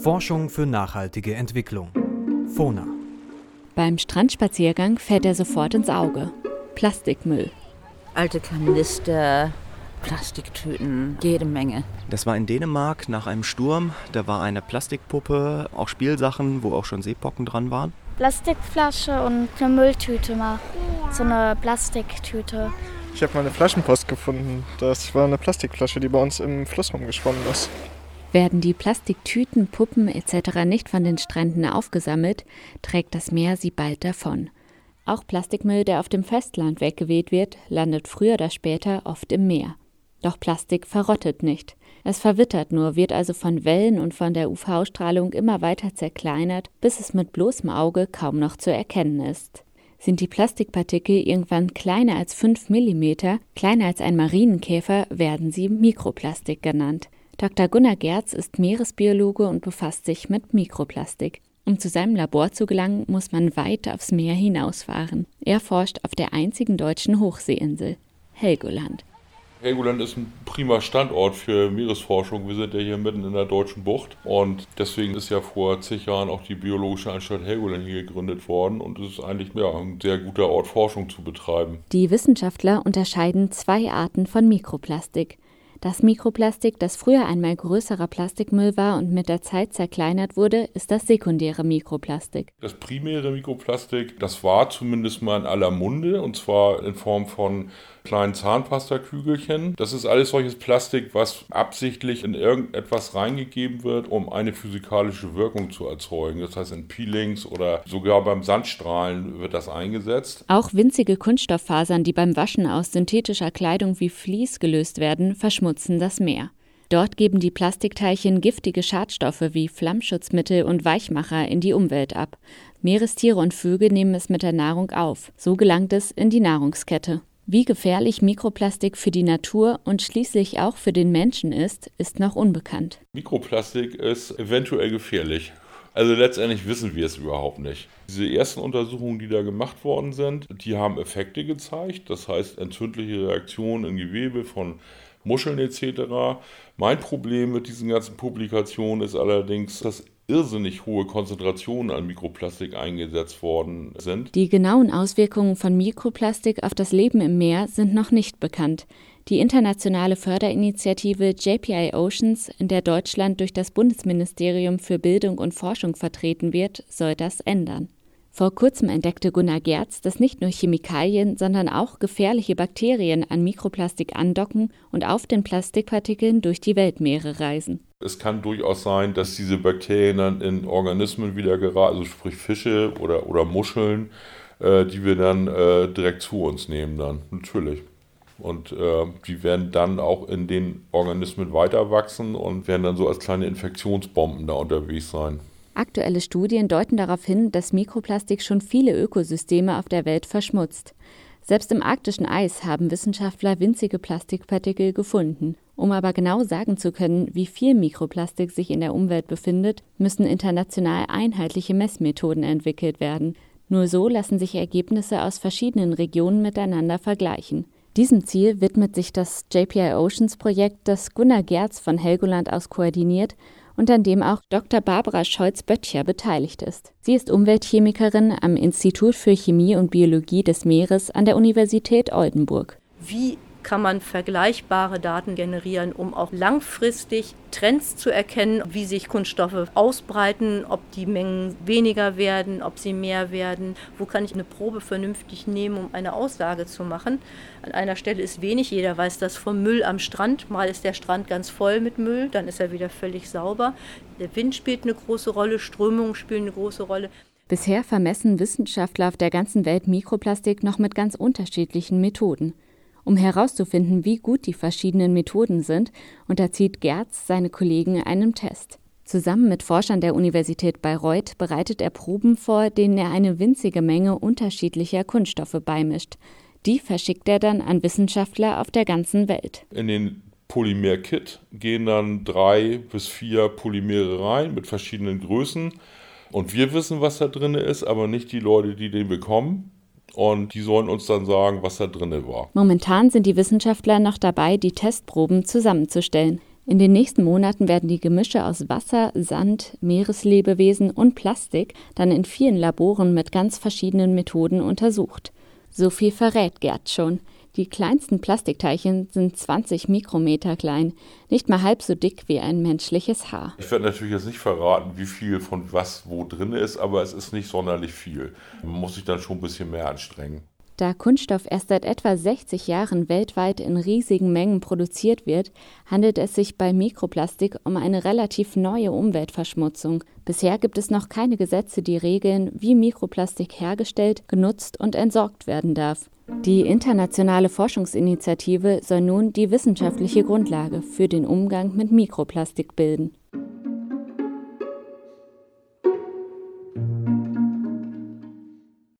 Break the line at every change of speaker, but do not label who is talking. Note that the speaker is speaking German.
Forschung für nachhaltige Entwicklung. FONA.
Beim Strandspaziergang fällt er sofort ins Auge. Plastikmüll.
Alte Kanister, Plastiktüten, jede Menge.
Das war in Dänemark nach einem Sturm. Da war eine Plastikpuppe, auch Spielsachen, wo auch schon Seepocken dran waren.
Plastikflasche und eine Mülltüte mal. So eine Plastiktüte.
Ich habe mal eine Flaschenpost gefunden. Das war eine Plastikflasche, die bei uns im Fluss rumgeschwommen ist.
Werden die Plastiktüten, Puppen etc. nicht von den Stränden aufgesammelt, trägt das Meer sie bald davon. Auch Plastikmüll, der auf dem Festland weggeweht wird, landet früher oder später oft im Meer. Doch Plastik verrottet nicht. Es verwittert nur, wird also von Wellen und von der UV-Strahlung immer weiter zerkleinert, bis es mit bloßem Auge kaum noch zu erkennen ist. Sind die Plastikpartikel irgendwann kleiner als 5 mm, kleiner als ein Marienkäfer, werden sie Mikroplastik genannt. Dr. Gunnar Gerz ist Meeresbiologe und befasst sich mit Mikroplastik. Um zu seinem Labor zu gelangen, muss man weit aufs Meer hinausfahren. Er forscht auf der einzigen deutschen Hochseeinsel, Helgoland.
Helgoland ist ein prima Standort für Meeresforschung. Wir sind ja hier mitten in der deutschen Bucht und deswegen ist ja vor zig Jahren auch die Biologische Anstalt Helgoland hier gegründet worden und es ist eigentlich ein sehr guter Ort, Forschung zu betreiben.
Die Wissenschaftler unterscheiden 2 Arten von Mikroplastik. Das Mikroplastik, das früher einmal größerer Plastikmüll war und mit der Zeit zerkleinert wurde, ist das sekundäre Mikroplastik.
Das primäre Mikroplastik, das war zumindest mal in aller Munde und zwar in Form von kleinen Zahnpastakügelchen. Das ist alles solches Plastik, was absichtlich in irgendetwas reingegeben wird, um eine physikalische Wirkung zu erzeugen. Das heißt in Peelings oder sogar beim Sandstrahlen wird das eingesetzt.
Auch winzige Kunststofffasern, die beim Waschen aus synthetischer Kleidung wie Vlies gelöst werden, verschmutzen das Meer. Dort geben die Plastikteilchen giftige Schadstoffe wie Flammschutzmittel und Weichmacher in die Umwelt ab. Meerestiere und Vögel nehmen es mit der Nahrung auf. So gelangt es in die Nahrungskette. Wie gefährlich Mikroplastik für die Natur und schließlich auch für den Menschen ist noch unbekannt.
Mikroplastik ist eventuell gefährlich. Also letztendlich wissen wir es überhaupt nicht. Diese ersten Untersuchungen, die da gemacht worden sind, die haben Effekte gezeigt. Das heißt entzündliche Reaktionen in Gewebe von Muscheln etc. Mein Problem mit diesen ganzen Publikationen ist allerdings, dass irrsinnig hohe Konzentrationen an Mikroplastik eingesetzt worden sind.
Die genauen Auswirkungen von Mikroplastik auf das Leben im Meer sind noch nicht bekannt. Die internationale Förderinitiative JPI Oceans, in der Deutschland durch das Bundesministerium für Bildung und Forschung vertreten wird, soll das ändern. Vor kurzem entdeckte Gunnar Gerz, dass nicht nur Chemikalien, sondern auch gefährliche Bakterien an Mikroplastik andocken und auf den Plastikpartikeln durch die Weltmeere reisen.
Es kann durchaus sein, dass diese Bakterien dann in Organismen wieder geraten, also sprich Fische oder Muscheln, die wir dann direkt zu uns nehmen dann, natürlich. Und die werden dann auch in den Organismen weiter wachsen und werden dann so als kleine Infektionsbomben da unterwegs sein.
Aktuelle Studien deuten darauf hin, dass Mikroplastik schon viele Ökosysteme auf der Welt verschmutzt. Selbst im arktischen Eis haben Wissenschaftler winzige Plastikpartikel gefunden. Um aber genau sagen zu können, wie viel Mikroplastik sich in der Umwelt befindet, müssen international einheitliche Messmethoden entwickelt werden. Nur so lassen sich Ergebnisse aus verschiedenen Regionen miteinander vergleichen. Diesem Ziel widmet sich das JPI Oceans Projekt, das Gunnar Gerz von Helgoland aus koordiniert und an dem auch Dr. Barbara Scholz-Böttcher beteiligt ist. Sie ist Umweltchemikerin am Institut für Chemie und Biologie des Meeres an der Universität Oldenburg.
Wie kann man vergleichbare Daten generieren, um auch langfristig Trends zu erkennen, wie sich Kunststoffe ausbreiten, ob die Mengen weniger werden, ob sie mehr werden. Wo kann ich eine Probe vernünftig nehmen, um eine Aussage zu machen? An einer Stelle ist wenig, jeder weiß das vom Müll am Strand. Mal ist der Strand ganz voll mit Müll, dann ist er wieder völlig sauber. Der Wind spielt eine große Rolle, Strömungen spielen eine große Rolle.
Bisher vermessen Wissenschaftler auf der ganzen Welt Mikroplastik noch mit ganz unterschiedlichen Methoden. Um herauszufinden, wie gut die verschiedenen Methoden sind, unterzieht Gerz seine Kollegen einem Test. Zusammen mit Forschern der Universität Bayreuth bereitet er Proben vor, denen er eine winzige Menge unterschiedlicher Kunststoffe beimischt. Die verschickt er dann an Wissenschaftler auf der ganzen Welt.
In den Polymer-Kit gehen dann 3 bis 4 Polymere rein mit verschiedenen Größen. Und wir wissen, was da drin ist, aber nicht die Leute, die den bekommen. Und die sollen uns dann sagen, was da drin war.
Momentan sind die Wissenschaftler noch dabei, die Testproben zusammenzustellen. In den nächsten Monaten werden die Gemische aus Wasser, Sand, Meereslebewesen und Plastik dann in vielen Laboren mit ganz verschiedenen Methoden untersucht. So viel verrät Gerd schon. Die kleinsten Plastikteilchen sind 20 Mikrometer klein, nicht mal halb so dick wie ein menschliches Haar.
Ich werde natürlich jetzt nicht verraten, wie viel von was wo drin ist, aber es ist nicht sonderlich viel. Man muss sich dann schon ein bisschen mehr anstrengen.
Da Kunststoff erst seit etwa 60 Jahren weltweit in riesigen Mengen produziert wird, handelt es sich bei Mikroplastik um eine relativ neue Umweltverschmutzung. Bisher gibt es noch keine Gesetze, die regeln, wie Mikroplastik hergestellt, genutzt und entsorgt werden darf. Die internationale Forschungsinitiative soll nun die wissenschaftliche Grundlage für den Umgang mit Mikroplastik bilden.